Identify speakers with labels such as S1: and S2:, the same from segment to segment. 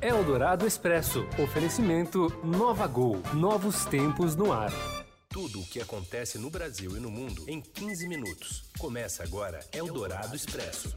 S1: Eldorado Expresso. Oferecimento Nova Gol. Novos tempos no ar. Tudo o que acontece no Brasil e no mundo em 15 minutos. Começa agora Eldorado Expresso.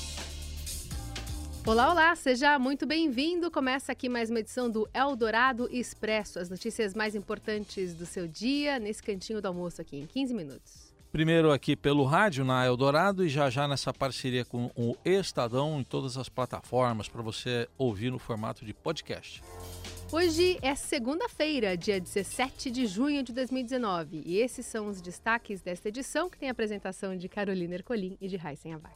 S2: Olá, olá, seja muito bem-vindo. Começa aqui mais uma edição do Eldorado Expresso. As notícias mais importantes do seu dia, nesse cantinho do almoço aqui, em 15 minutos.
S3: Primeiro aqui pelo rádio na Eldorado e já nessa parceria com o Estadão em todas as plataformas para você ouvir no formato de podcast.
S2: Hoje é segunda-feira, dia 17 de junho de 2019 e esses são os destaques desta edição que tem a apresentação de Carolina Ercolim e de Raíssen Abac.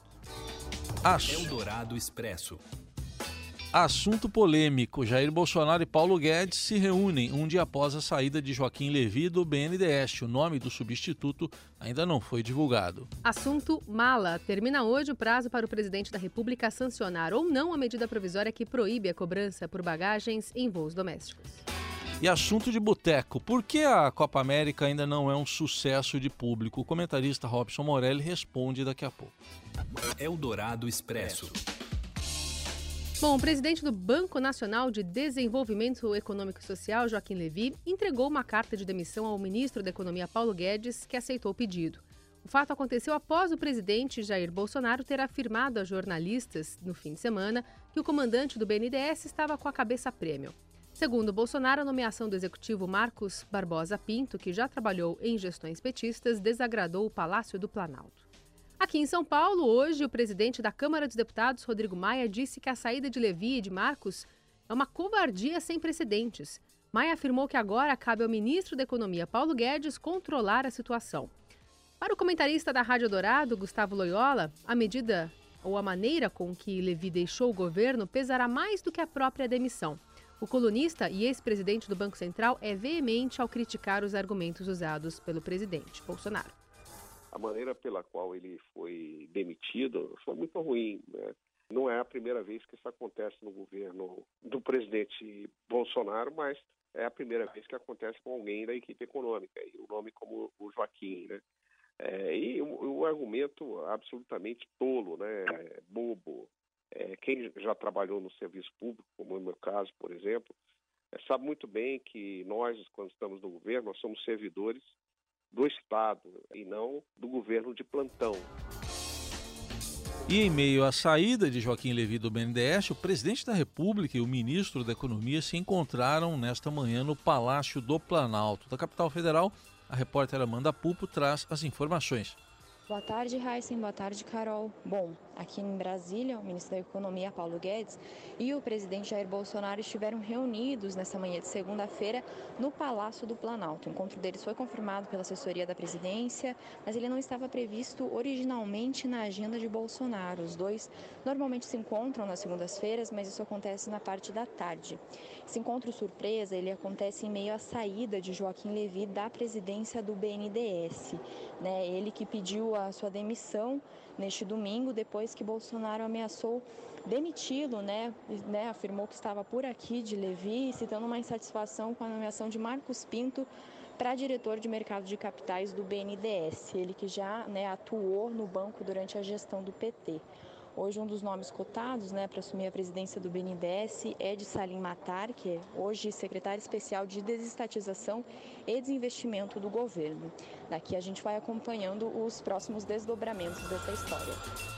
S1: Eldorado Expresso.
S3: Assunto polêmico. Jair Bolsonaro e Paulo Guedes se reúnem um dia após a saída de Joaquim Levy do BNDES. O nome do substituto ainda não foi divulgado.
S2: Assunto mala. Termina hoje o prazo para o presidente da República sancionar ou não a medida provisória que proíbe a cobrança por bagagens em voos domésticos.
S3: E assunto de boteco. Por que a Copa América ainda não é um sucesso de público? O comentarista Robson Morelli responde daqui a pouco.
S1: Eldorado Expresso.
S2: Bom, o presidente do Banco Nacional de Desenvolvimento Econômico e Social, Joaquim Levy, entregou uma carta de demissão ao ministro da Economia, Paulo Guedes, que aceitou o pedido. O fato aconteceu após o presidente Jair Bolsonaro ter afirmado a jornalistas, no fim de semana, que o comandante do BNDES estava com a cabeça a prêmio. Segundo Bolsonaro, a nomeação do executivo Marcos Barbosa Pinto, que já trabalhou em gestões petistas, desagradou o Palácio do Planalto. Aqui em São Paulo, hoje, o presidente da Câmara dos Deputados, Rodrigo Maia, disse que a saída de Levy e de Marcos é uma covardia sem precedentes. Maia afirmou que agora cabe ao ministro da Economia, Paulo Guedes, controlar a situação. Para o comentarista da Rádio Dourado, Gustavo Loyola, a medida ou a maneira com que Levy deixou o governo pesará mais do que a própria demissão. O colunista e ex-presidente do Banco Central é veemente ao criticar os argumentos usados pelo presidente Bolsonaro.
S4: A maneira pela qual ele foi demitido foi muito ruim, né? Não é a primeira vez que isso acontece no governo do presidente Bolsonaro, mas é a primeira vez que acontece com alguém da equipe econômica, e um nome como o Joaquim, né? E um argumento absolutamente tolo, né? Bobo. Quem já trabalhou no serviço público, como é o meu caso, por exemplo, sabe muito bem que nós, quando estamos no governo, nós somos servidores do Estado e não do governo de plantão.
S3: E em meio à saída de Joaquim Levy do BNDES, o presidente da República e o ministro da Economia se encontraram nesta manhã no Palácio do Planalto. Da capital federal, a repórter Amanda Pupo traz as informações.
S5: Boa tarde, Raíssen. Boa tarde, Carol. Bom, aqui em Brasília, o ministro da Economia, Paulo Guedes, e o presidente Jair Bolsonaro estiveram reunidos nessa manhã de segunda-feira no Palácio do Planalto. O encontro deles foi confirmado pela assessoria da presidência, mas ele não estava previsto originalmente na agenda de Bolsonaro. Os dois normalmente se encontram nas segundas-feiras, mas isso acontece na parte da tarde. Esse encontro surpresa, ele acontece em meio à saída de Joaquim Levy da presidência do BNDES, né? Ele que pediu a sua demissão neste domingo, depois que Bolsonaro ameaçou demiti-lo, né? Afirmou que estava por aqui de Levy, citando uma insatisfação com a nomeação de Marcos Pinto para diretor de mercado de capitais do BNDES, ele que já atuou no banco durante a gestão do PT. Hoje, um dos nomes cotados para assumir a presidência do BNDES é de Salim Matar, que é hoje secretário especial de desestatização e desinvestimento do governo. Daqui a gente vai acompanhando os próximos desdobramentos dessa história.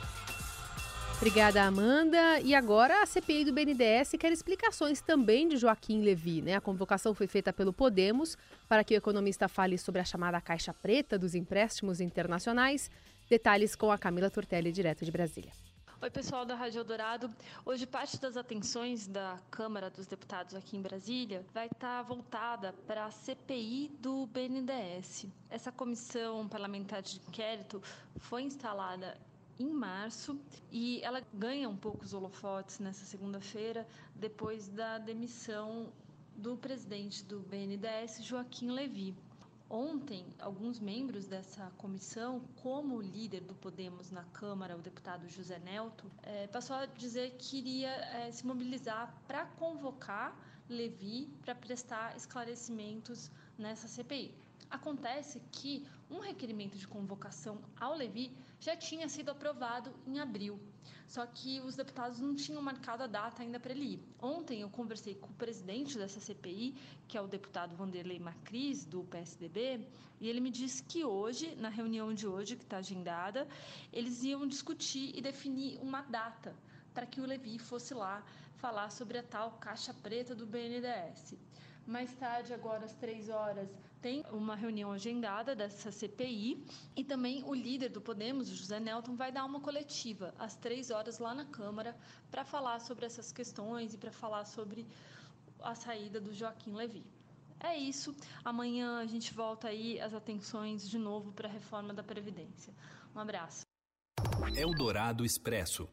S2: Obrigada, Amanda. E agora a CPI do BNDES quer explicações também de Joaquim Levy, né? A convocação foi feita pelo Podemos para que o economista fale sobre a chamada caixa preta dos empréstimos internacionais. Detalhes com a Camila Tortelli, direto de Brasília.
S6: Oi, pessoal da Rádio Eldorado. Hoje, parte das atenções da Câmara dos Deputados aqui em Brasília vai estar voltada para a CPI do BNDES. Essa comissão parlamentar de inquérito foi instalada em março e ela ganha um pouco os holofotes nessa segunda-feira, depois da demissão do presidente do BNDES, Joaquim Levy. Ontem, alguns membros dessa comissão, como o líder do Podemos na Câmara, o deputado José Nelto, passou a dizer que iria se mobilizar para convocar Levy para prestar esclarecimentos nessa CPI. Acontece que um requerimento de convocação ao Levi já tinha sido aprovado em abril, só que os deputados não tinham marcado a data ainda para ele ir. Ontem eu conversei com o presidente dessa CPI, que é o deputado Wanderley Macris, do PSDB, e ele me disse que hoje, na reunião de hoje, que está agendada, eles iam discutir e definir uma data para que o Levi fosse lá falar sobre a tal caixa preta do BNDES. Mais tarde, agora às 3 horas, tem uma reunião agendada dessa CPI e também o líder do Podemos, o José Nelton, vai dar uma coletiva às 3 horas lá na Câmara para falar sobre essas questões e para falar sobre a saída do Joaquim Levy. É isso. Amanhã a gente volta aí as atenções de novo para a reforma da Previdência. Um abraço.
S1: Eldorado Expresso.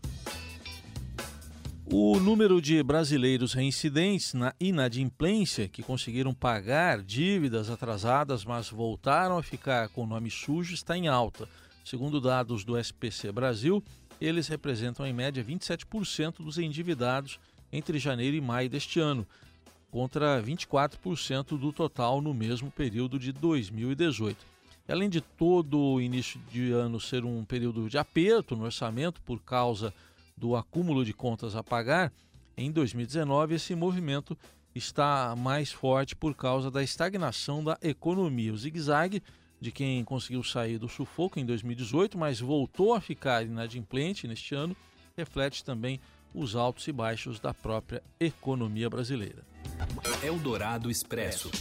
S3: O número de brasileiros reincidentes na inadimplência que conseguiram pagar dívidas atrasadas, mas voltaram a ficar com o nome sujo, está em alta. Segundo dados do SPC Brasil, eles representam em média 27% dos endividados entre janeiro e maio deste ano, contra 24% do total no mesmo período de 2018. E além de todo o início de ano ser um período de aperto no orçamento por causa do acúmulo de contas a pagar, em 2019 esse movimento está mais forte por causa da estagnação da economia. O zigue-zague de quem conseguiu sair do sufoco em 2018, mas voltou a ficar inadimplente neste ano, reflete também os altos e baixos da própria economia brasileira.
S1: Eldorado Expresso.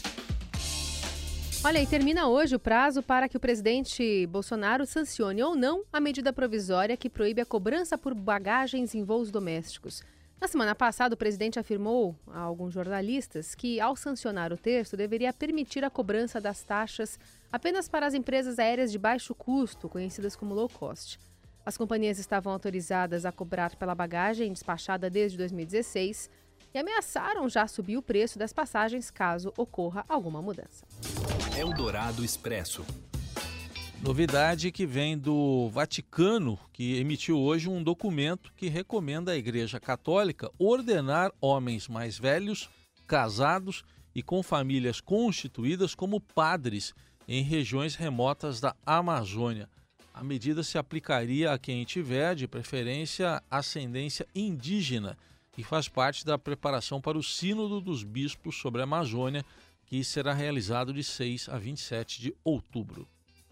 S2: Olha, e termina hoje o prazo para que o presidente Bolsonaro sancione ou não a medida provisória que proíbe a cobrança por bagagens em voos domésticos. Na semana passada, o presidente afirmou a alguns jornalistas que, ao sancionar o texto, deveria permitir a cobrança das taxas apenas para as empresas aéreas de baixo custo, conhecidas como low cost. As companhias estavam autorizadas a cobrar pela bagagem despachada desde 2016 e ameaçaram já subir o preço das passagens caso ocorra alguma mudança.
S1: Eldorado Expresso.
S3: Novidade que vem do Vaticano, que emitiu hoje um documento que recomenda à Igreja Católica ordenar homens mais velhos, casados e com famílias constituídas como padres em regiões remotas da Amazônia. A medida se aplicaria a quem tiver, de preferência, ascendência indígena e faz parte da preparação para o Sínodo dos Bispos sobre a Amazônia, que será realizado de 6 a 27 de outubro.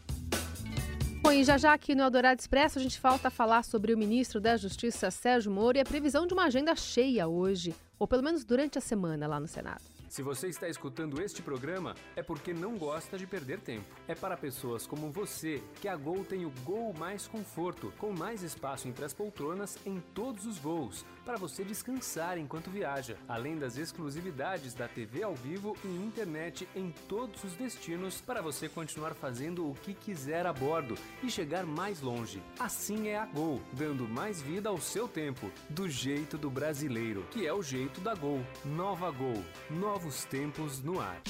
S2: Bom, e já aqui no Eldorado Expresso a gente volta a falar sobre o ministro da Justiça, Sérgio Moro, e a previsão de uma agenda cheia hoje, ou pelo menos durante a semana lá no Senado.
S1: Se você está escutando este programa, é porque não gosta de perder tempo. É para pessoas como você que a Gol tem o Gol Mais Conforto, com mais espaço entre as poltronas em todos os voos, para você descansar enquanto viaja, além das exclusividades da TV ao vivo e internet em todos os destinos, para você continuar fazendo o que quiser a bordo e chegar mais longe. Assim é a Gol, dando mais vida ao seu tempo, do jeito do brasileiro, que é o jeito da Gol. Nova Gol, novos tempos no ar.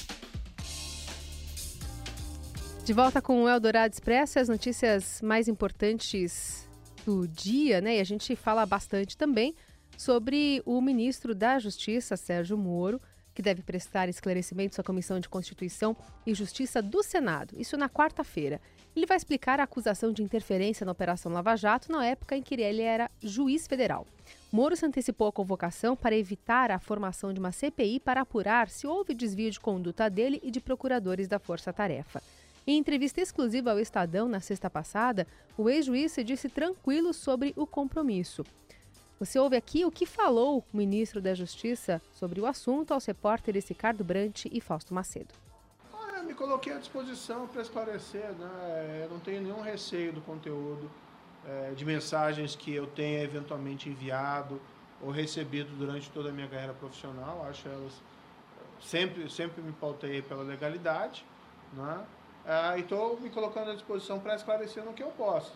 S2: De volta com o Eldorado Expresso, as notícias mais importantes do dia, né? E a gente fala bastante também sobre o ministro da Justiça, Sérgio Moro, que deve prestar esclarecimentos à Comissão de Constituição e Justiça do Senado. Isso na quarta-feira. Ele vai explicar a acusação de interferência na Operação Lava Jato na época em que ele era juiz federal. Moro se antecipou à convocação para evitar a formação de uma CPI para apurar se houve desvio de conduta dele e de procuradores da Força Tarefa. Em entrevista exclusiva ao Estadão na sexta passada, o ex-juiz se disse tranquilo sobre o compromisso. Você ouve aqui o que falou o ministro da Justiça sobre o assunto aos repórteres Ricardo Brant e Fausto Macedo.
S7: Eu me coloquei à disposição para esclarecer, né? Eu não tenho nenhum receio do conteúdo, de mensagens que eu tenha eventualmente enviado ou recebido durante toda a minha carreira profissional. Acho elas sempre me pautei pela legalidade, né? E estou me colocando à disposição para esclarecer no que eu posso.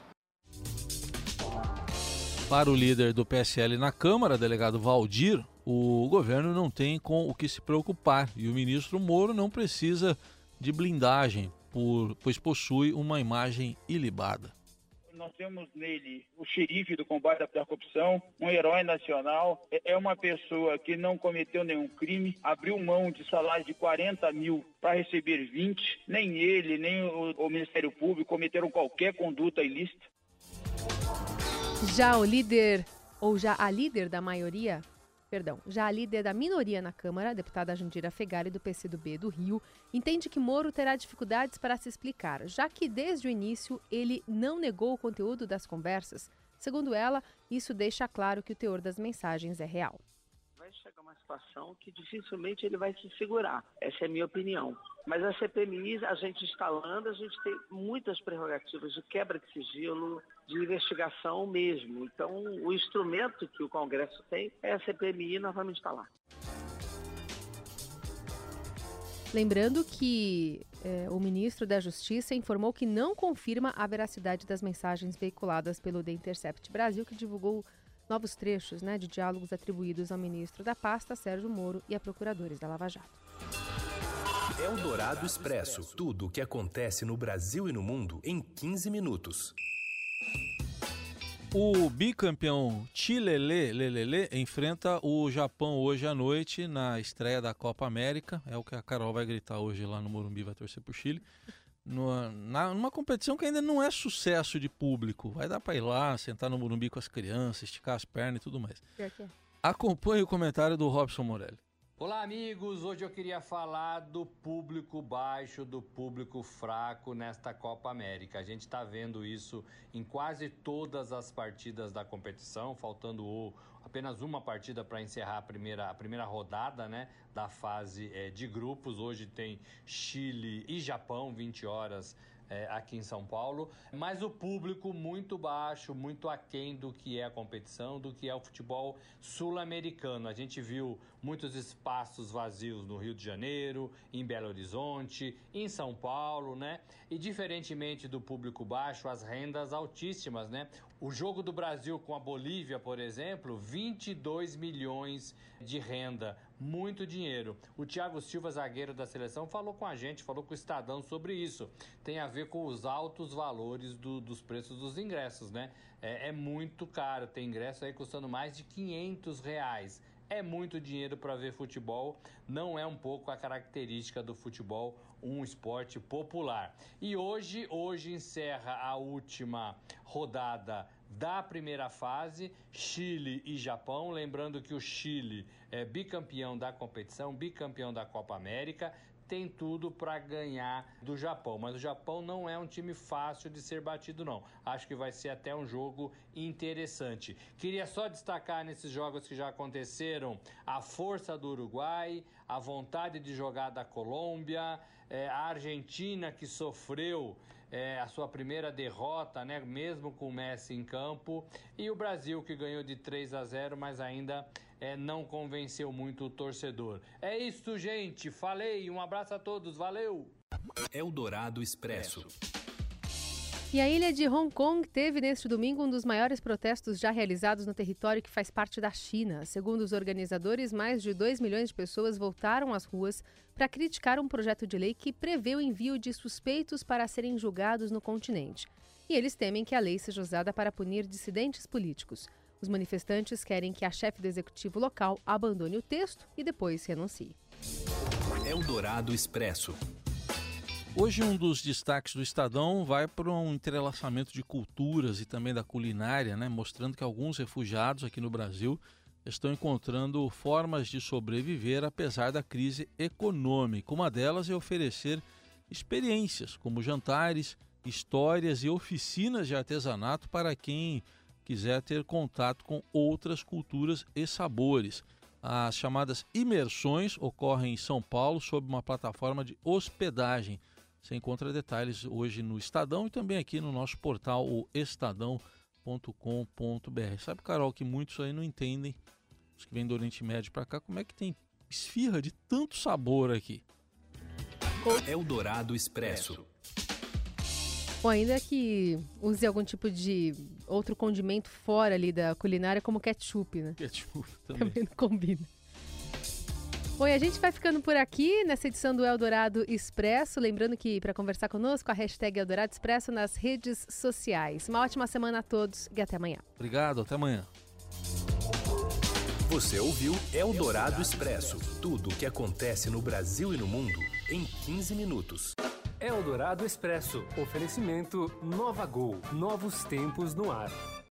S3: Para o líder do PSL na Câmara, delegado Valdir, o governo não tem com o que se preocupar e o ministro Moro não precisa de blindagem, pois possui uma imagem ilibada.
S8: Nós temos nele o xerife do combate à corrupção, um herói nacional, é uma pessoa que não cometeu nenhum crime, abriu mão de salário de 40 mil para receber 20, nem ele, nem o Ministério Público cometeram qualquer conduta ilícita.
S2: Já a líder da minoria na Câmara, a deputada Jandira Fegali, do PCdoB do Rio, entende que Moro terá dificuldades para se explicar, já que desde o início ele não negou o conteúdo das conversas. Segundo ela, isso deixa claro que o teor das mensagens é real.
S9: Vai chegar uma situação que dificilmente ele vai se segurar. Essa é a minha opinião. Mas a CPMI, a gente instalando, a gente tem muitas prerrogativas de quebra de sigilo, de investigação mesmo. Então, o instrumento que o Congresso tem é a CPMI, nós vamos instalar.
S2: Lembrando que o ministro da Justiça informou que não confirma a veracidade das mensagens veiculadas pelo The Intercept Brasil, que divulgou novos trechos de diálogos atribuídos ao ministro da pasta, Sérgio Moro, e a procuradores da Lava Jato.
S1: Eldorado Expresso. Tudo o que acontece no Brasil e no mundo em 15 minutos.
S3: O bicampeão Chilelê enfrenta o Japão hoje à noite na estreia da Copa América. É o que a Carol vai gritar hoje lá no Morumbi, vai torcer pro Chile. Numa competição que ainda não é sucesso de público. Vai dar para ir lá, sentar no Morumbi com as crianças, esticar as pernas e tudo mais. Acompanhe o comentário do Robson Morelli.
S10: Olá, amigos! Hoje eu queria falar do público baixo, do público fraco nesta Copa América. A gente está vendo isso em quase todas as partidas da competição, faltando apenas uma partida para encerrar a primeira rodada da fase de grupos. Hoje tem Chile e Japão, 20 horas aqui em São Paulo, mas o público muito baixo, muito aquém do que é a competição, do que é o futebol sul-americano. A gente viu muitos espaços vazios no Rio de Janeiro, em Belo Horizonte, em São Paulo, E diferentemente do público baixo, as rendas altíssimas, O jogo do Brasil com a Bolívia, por exemplo, 22 milhões de renda, muito dinheiro. O Thiago Silva, zagueiro da seleção, falou com a gente, falou com o Estadão sobre isso. Tem a ver com os altos valores dos preços dos ingressos, É muito caro, tem ingresso aí custando mais de R$500. É muito dinheiro para ver futebol, não é um pouco a característica do futebol, um esporte popular. E hoje encerra a última rodada da primeira fase, Chile e Japão. Lembrando que o Chile é bicampeão da competição, bicampeão da Copa América, tem tudo para ganhar do Japão, mas o Japão não é um time fácil de ser batido, não. Acho que vai ser até um jogo interessante. Queria só destacar nesses jogos que já aconteceram a força do Uruguai, a vontade de jogar da Colômbia, a Argentina que sofreu a sua primeira derrota, mesmo com o Messi em campo, e o Brasil que ganhou de 3-0, mas ainda não convenceu muito o torcedor. É isso, gente. Falei. Um abraço a todos. Valeu!
S1: Eldorado Expresso.
S2: E a ilha de Hong Kong teve neste domingo um dos maiores protestos já realizados no território que faz parte da China. Segundo os organizadores, mais de 2 milhões de pessoas voltaram às ruas para criticar um projeto de lei que prevê o envio de suspeitos para serem julgados no continente. E eles temem que a lei seja usada para punir dissidentes políticos. Os manifestantes querem que a chefe do executivo local abandone o texto e depois renuncie.
S1: Eldorado Expresso.
S3: Hoje um dos destaques do Estadão vai para um entrelaçamento de culturas e também da culinária, mostrando que alguns refugiados aqui no Brasil estão encontrando formas de sobreviver apesar da crise econômica. Uma delas é oferecer experiências, como jantares, histórias e oficinas de artesanato para quem quiser ter contato com outras culturas e sabores. As chamadas imersões ocorrem em São Paulo sob uma plataforma de hospedagem. Você encontra detalhes hoje no Estadão e também aqui no nosso portal, o estadão.com.br. Sabe, Carol, que muitos aí não entendem, os que vêm do Oriente Médio para cá, como é que tem esfirra de tanto sabor aqui?
S1: Eldorado Expresso.
S2: Ou ainda que use algum tipo de outro condimento fora ali da culinária, como ketchup,
S3: Ketchup
S2: também não combina. Bom, e a gente vai ficando por aqui nessa edição do Eldorado Expresso. Lembrando que para conversar conosco, a hashtag Eldorado Expresso nas redes sociais. Uma ótima semana a todos e até amanhã.
S3: Obrigado, até amanhã.
S1: Você ouviu Eldorado Expresso. Tudo o que acontece no Brasil e no mundo em 15 minutos. Eldorado Expresso. Oferecimento Nova Gol. Novos tempos no ar.